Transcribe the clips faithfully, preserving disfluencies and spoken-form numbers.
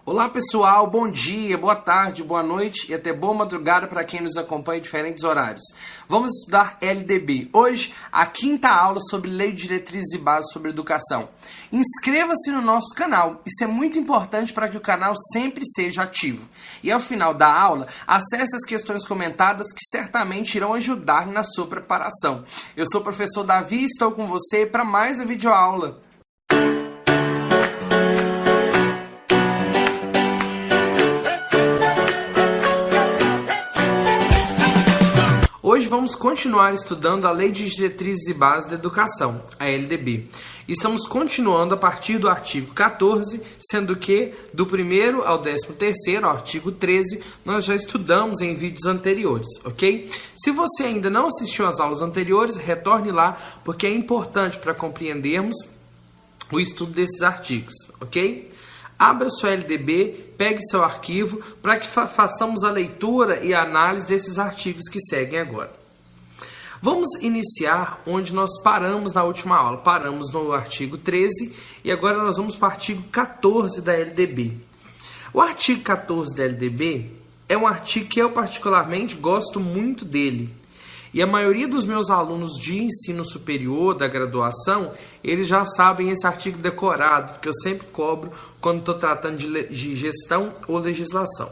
Olá pessoal, bom dia, boa tarde, boa noite e até boa madrugada para quem nos acompanha em diferentes horários. Vamos estudar L D B. Hoje, a quinta aula sobre Lei de Diretrizes e Bases sobre Educação. Inscreva-se no nosso canal, isso é muito importante para que o canal sempre seja ativo. E ao final da aula, acesse as questões comentadas que certamente irão ajudar na sua preparação. Eu sou o professor Davi e estou com você para mais uma videoaula. Hoje vamos continuar estudando a Lei de Diretrizes e Bases da Educação, a L D B. Estamos continuando a partir do artigo quatorze, sendo que do primeiro ao décimo terceiro, ao artigo treze, nós já estudamos em vídeos anteriores, ok? Se você ainda não assistiu às aulas anteriores, retorne lá, porque é importante para compreendermos o estudo desses artigos, ok? Abra sua L D B, pegue seu arquivo para que fa façamos a leitura e a análise desses artigos que seguem agora. Vamos iniciar onde nós paramos na última aula. Paramos no artigo treze e agora nós vamos para o artigo quatorze da L D B. O artigo quatorze da L D B é um artigo que eu particularmente gosto muito dele. E a maioria dos meus alunos de ensino superior, da graduação, eles já sabem esse artigo decorado, porque eu sempre cobro quando estou tratando de, de gestão ou legislação.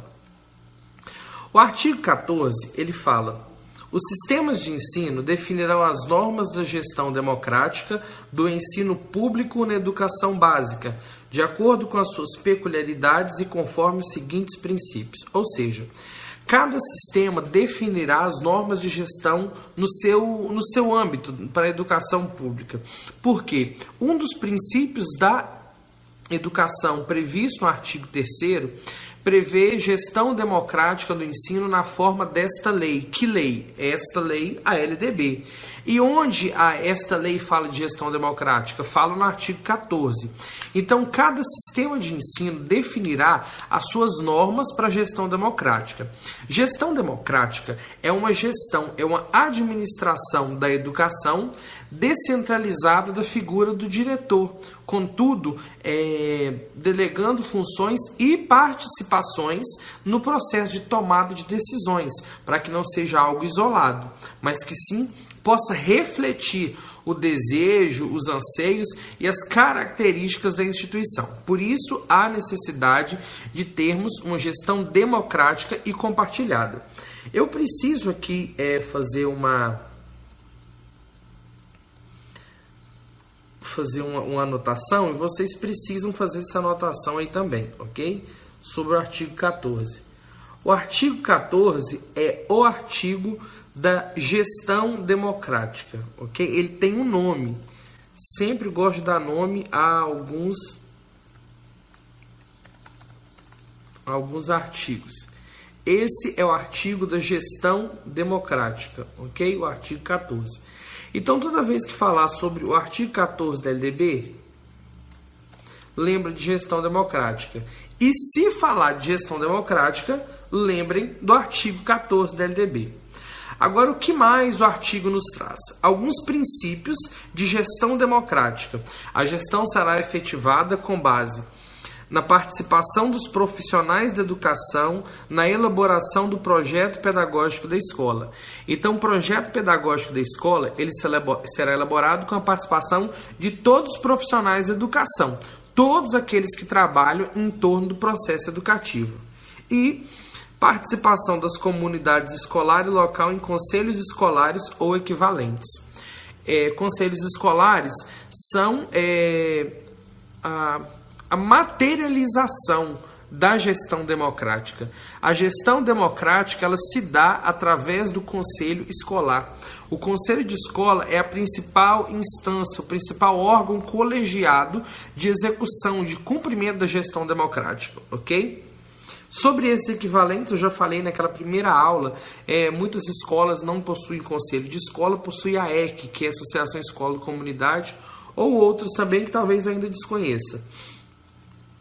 O artigo quatorze, ele fala: os sistemas de ensino definirão as normas da gestão democrática do ensino público na educação básica, de acordo com as suas peculiaridades e conforme os seguintes princípios. Ou seja, cada sistema definirá as normas de gestão no seu, no seu âmbito para a educação pública. Por quê? Um dos princípios da educação previsto no artigo terceiro prevê gestão democrática do ensino na forma desta lei. Que lei? Esta lei, a L D B. E onde a, esta lei fala de gestão democrática? Fala no artigo quatorze. Então, cada sistema de ensino definirá as suas normas para a gestão democrática. Gestão democrática é uma gestão, é uma administração da educação descentralizada da figura do diretor, contudo, é, delegando funções e participações no processo de tomada de decisões, para que não seja algo isolado, mas que sim possa refletir o desejo, os anseios e as características da instituição. Por isso, há necessidade de termos uma gestão democrática e compartilhada. Eu preciso aqui é, fazer uma... fazer uma, uma anotação, e vocês precisam fazer essa anotação aí também, ok? Sobre o artigo quatorze. O artigo quatorze é o artigo da gestão democrática, ok? Ele tem um nome. Sempre gosto de dar nome a alguns, a alguns artigos. Esse é o artigo da gestão democrática, ok? O artigo quatorze. Então, toda vez que falar sobre o artigo quatorze da L D B, lembra de gestão democrática. E se falar de gestão democrática, lembrem do artigo quatorze da L D B. Agora, o que mais o artigo nos traz? Alguns princípios de gestão democrática. A gestão será efetivada com base na participação dos profissionais da educação na elaboração do projeto pedagógico da escola. Então, o projeto pedagógico da escola ele será elaborado com a participação de todos os profissionais da educação, todos aqueles que trabalham em torno do processo educativo. E participação das comunidades escolar e local em conselhos escolares ou equivalentes. É, conselhos escolares são é, a, a materialização da gestão democrática. A gestão democrática ela se dá através do conselho escolar. O conselho de escola é a principal instância, o principal órgão colegiado de execução, de cumprimento da gestão democrática, ok? Sobre esses equivalentes, eu já falei naquela primeira aula, é, muitas escolas não possuem conselho de escola, possuem a E C, que é a Associação Escola e Comunidade, ou outros também que talvez ainda desconheça.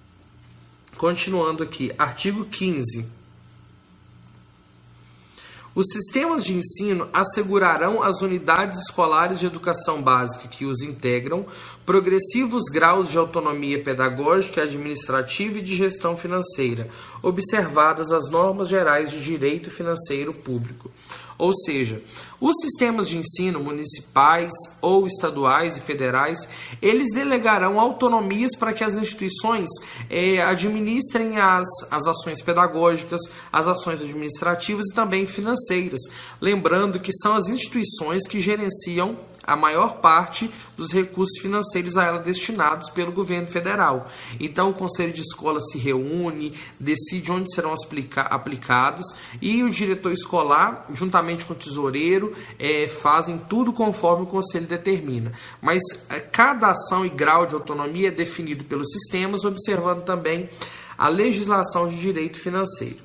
Continuando aqui, artigo quinze. Os sistemas de ensino assegurarão às unidades escolares de educação básica que os integram progressivos graus de autonomia pedagógica, administrativa e de gestão financeira, observadas as normas gerais de direito financeiro público. Ou seja, os sistemas de ensino municipais ou estaduais e federais, eles delegarão autonomias para que as instituições eh, administrem as, as ações pedagógicas, as ações administrativas e também financeiras. Lembrando que são as instituições que gerenciam a maior parte dos recursos financeiros a ela destinados pelo governo federal. Então, o Conselho de Escola se reúne, decide onde serão aplica- aplicados e o diretor escolar, juntamente com o tesoureiro, é, fazem tudo conforme o Conselho determina. Mas é, cada ação e grau de autonomia é definido pelos sistemas, observando também a legislação de direito financeiro.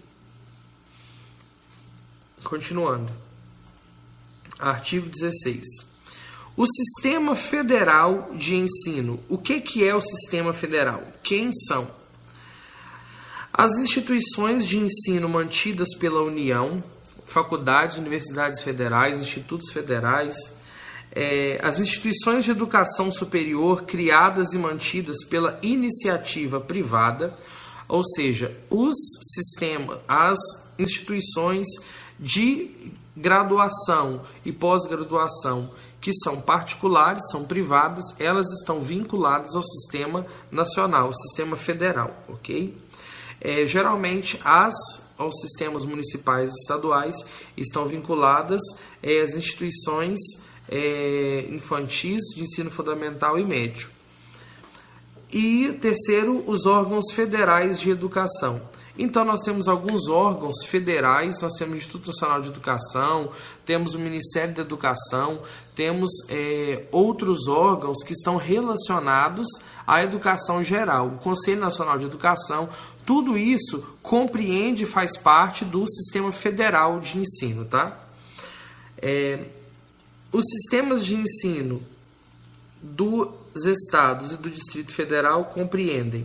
Continuando. Artigo dezesseis. O Sistema Federal de Ensino. O que, que é o Sistema Federal? Quem são? As instituições de ensino mantidas pela União, faculdades, universidades federais, institutos federais, é, as instituições de educação superior criadas e mantidas pela iniciativa privada, ou seja, os sistemas, as instituições de graduação e pós-graduação que são particulares, são privadas, elas estão vinculadas ao sistema nacional, ao sistema federal, ok? É, geralmente, as, aos sistemas municipais e estaduais estão vinculadas é, as instituições é, infantis de ensino fundamental e médio. E, terceiro, os órgãos federais de educação. Então, nós temos alguns órgãos federais, nós temos o Instituto Nacional de Educação, temos o Ministério da Educação, temos é, outros órgãos que estão relacionados à educação geral. O Conselho Nacional de Educação, tudo isso compreende e faz parte do Sistema Federal de Ensino, tá? É, os sistemas de ensino dos estados e do Distrito Federal compreendem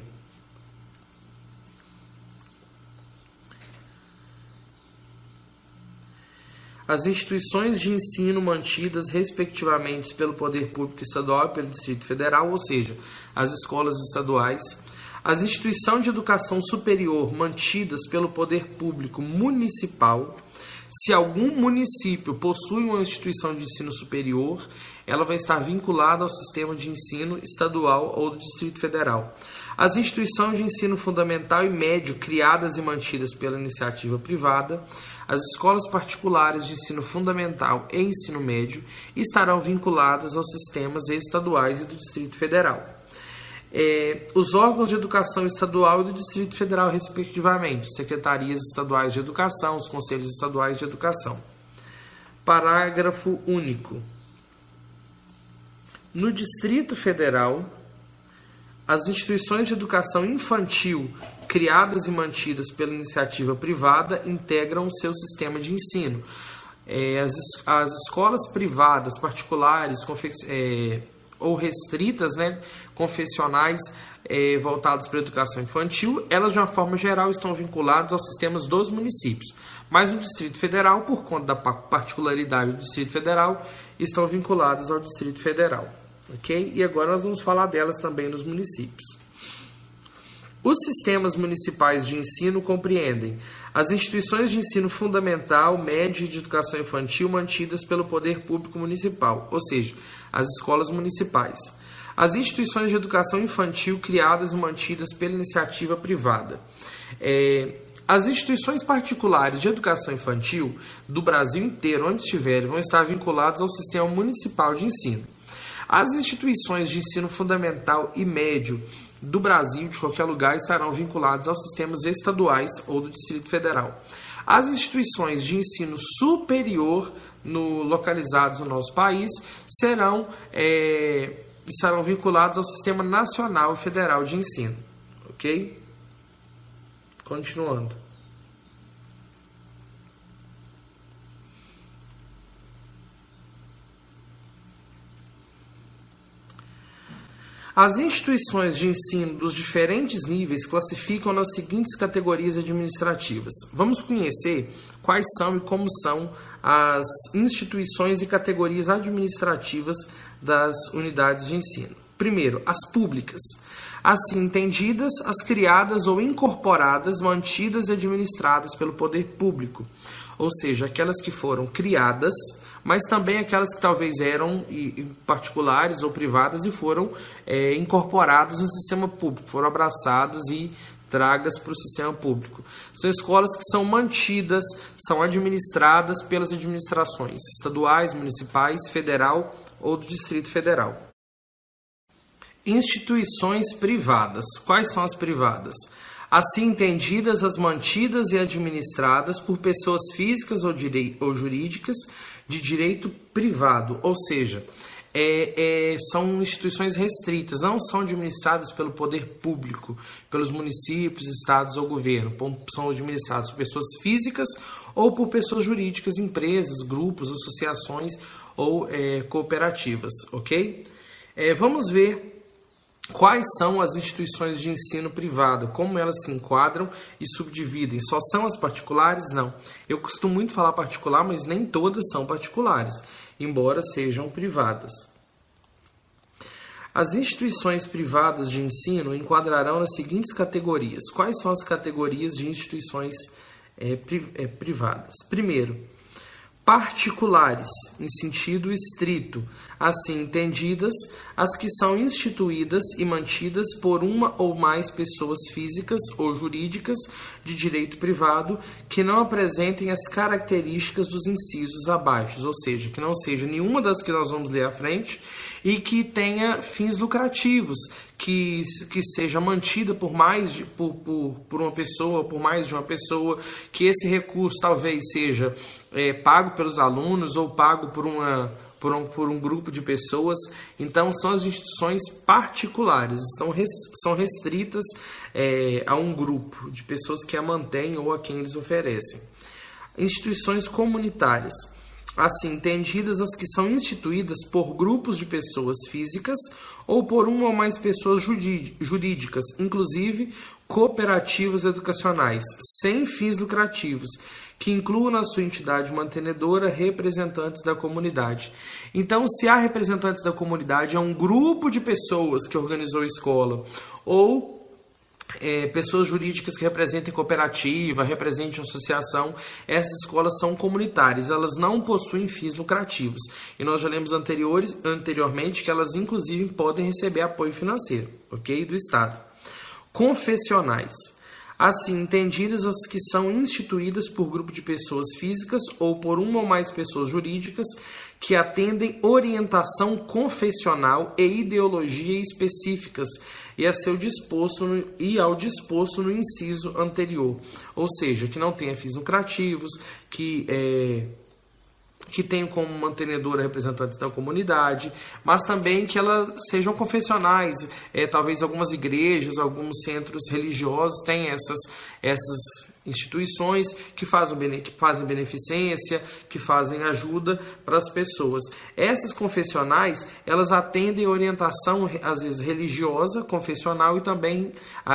as instituições de ensino mantidas respectivamente pelo Poder Público Estadual e pelo Distrito Federal, ou seja, as escolas estaduais, as instituições de educação superior mantidas pelo Poder Público Municipal. Se algum município possui uma instituição de ensino superior, ela vai estar vinculada ao sistema de ensino estadual ou do Distrito Federal. As instituições de ensino fundamental e médio criadas e mantidas pela iniciativa privada, as escolas particulares de ensino fundamental e ensino médio estarão vinculadas aos sistemas estaduais e do Distrito Federal. É, os órgãos de educação estadual e do Distrito Federal, respectivamente, secretarias estaduais de educação, os conselhos estaduais de educação. Parágrafo único. No Distrito Federal, as instituições de educação infantil criadas e mantidas pela iniciativa privada integram o seu sistema de ensino. É, as, as escolas privadas, particulares, é, ou restritas, né, confessionais, é, voltadas para a educação infantil, elas de uma forma geral estão vinculadas aos sistemas dos municípios. Mas no Distrito Federal, por conta da particularidade do Distrito Federal, estão vinculadas ao Distrito Federal. Ok? E agora nós vamos falar delas também nos municípios. Os sistemas municipais de ensino compreendem as instituições de ensino fundamental, médio e de educação infantil mantidas pelo Poder Público Municipal, ou seja, as escolas municipais. As instituições de educação infantil criadas e mantidas pela iniciativa privada. É, as instituições particulares de educação infantil do Brasil inteiro, onde estiverem, vão estar vinculadas ao sistema municipal de ensino. As instituições de ensino fundamental e médio do Brasil, de qualquer lugar, estarão vinculadas aos sistemas estaduais ou do Distrito Federal. As instituições de ensino superior no, localizadas no nosso país serão, é, estarão vinculadas ao Sistema Nacional e Federal de Ensino. Ok? Continuando. As instituições de ensino dos diferentes níveis classificam nas seguintes categorias administrativas. Vamos conhecer quais são e como são as instituições e categorias administrativas das unidades de ensino. Primeiro, as públicas. Assim entendidas, as criadas ou incorporadas, mantidas e administradas pelo poder público. Ou seja, aquelas que foram criadas, mas também aquelas que talvez eram particulares ou privadas e foram é, incorporadas no sistema público, foram abraçadas e tragas para o sistema público. São escolas que são mantidas, são administradas pelas administrações estaduais, municipais, federal ou do Distrito Federal. Instituições privadas. Quais são as privadas? Assim entendidas, as mantidas e administradas por pessoas físicas ou, direi- ou jurídicas de direito privado, ou seja, é, é, são instituições restritas, não são administradas pelo poder público, pelos municípios, estados ou governo, são administradas por pessoas físicas ou por pessoas jurídicas, empresas, grupos, associações ou é, cooperativas, ok? É, vamos ver quais são as instituições de ensino privado, como elas se enquadram e subdividem. Só são as particulares? Não. Eu costumo muito falar particular, mas nem todas são particulares, embora sejam privadas. As instituições privadas de ensino enquadrarão nas seguintes categorias. Quais são as categorias de instituições é, pri- é, privadas? Primeiro, particulares, em sentido estrito, assim entendidas, as que são instituídas e mantidas por uma ou mais pessoas físicas ou jurídicas de direito privado que não apresentem as características dos incisos abaixo, ou seja, que não seja nenhuma das que nós vamos ler à frente e que tenha fins lucrativos, que, que seja mantida por mais de, por, por, por uma pessoa, por mais de uma pessoa, que esse recurso talvez seja é, pago pelos alunos ou pago por uma Por um, por um grupo de pessoas. Então, são as instituições particulares, estão res, são restritas é, a um grupo de pessoas que a mantêm ou a quem eles oferecem. Instituições comunitárias, assim entendidas as que são instituídas por grupos de pessoas físicas ou por uma ou mais pessoas jurídicas, inclusive cooperativas educacionais, sem fins lucrativos, que incluam na sua entidade mantenedora representantes da comunidade. Então, se há representantes da comunidade, é um grupo de pessoas que organizou a escola, ou é, pessoas jurídicas que representem cooperativa, representem associação, essas escolas são comunitárias, elas não possuem fins lucrativos. E nós já lemos anteriores, anteriormente que elas, inclusive, podem receber apoio financeiro, ok? Do Estado. Confessionais. Assim entendidas as que são instituídas por grupo de pessoas físicas ou por uma ou mais pessoas jurídicas que atendem orientação confessional e ideologia específicas e, a seu disposto no, e ao disposto no inciso anterior. Ou seja, que não tenha fins lucrativos, que... É, que tenham como mantenedora representantes da comunidade, mas também que elas sejam confessionais. É, talvez algumas igrejas, alguns centros religiosos têm essas, essas instituições que fazem, que fazem beneficência, que fazem ajuda para as pessoas. Essas confessionais, elas atendem orientação, às vezes, religiosa, confessional, e também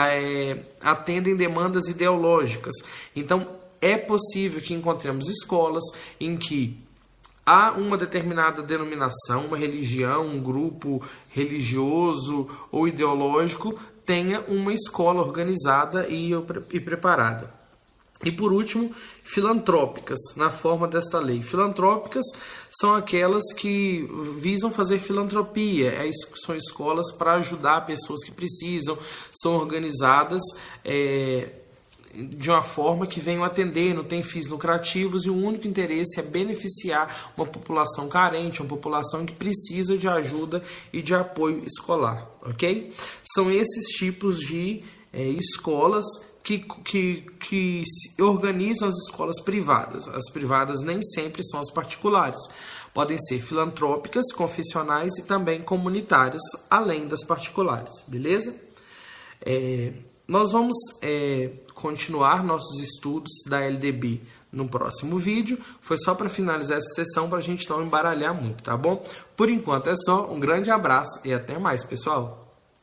é, atendem demandas ideológicas. Então, é possível que encontremos escolas em que há uma determinada denominação, uma religião, um grupo religioso ou ideológico, tenha uma escola organizada e, e preparada. E, por último, filantrópicas, na forma desta lei. Filantrópicas são aquelas que visam fazer filantropia, é, são escolas para ajudar pessoas que precisam, são organizadas é, de uma forma que venham atender, não tem fins lucrativos, e o único interesse é beneficiar uma população carente, uma população que precisa de ajuda e de apoio escolar, ok? São esses tipos de é, escolas que, que, que organizam as escolas privadas. As privadas nem sempre são as particulares. Podem ser filantrópicas, confessionais e também comunitárias, além das particulares, beleza? É, nós vamos é, continuar nossos estudos da L D B no próximo vídeo. Foi só para finalizar essa sessão, para a gente não embaralhar muito, tá bom? Por enquanto é só, um grande abraço e até mais, pessoal!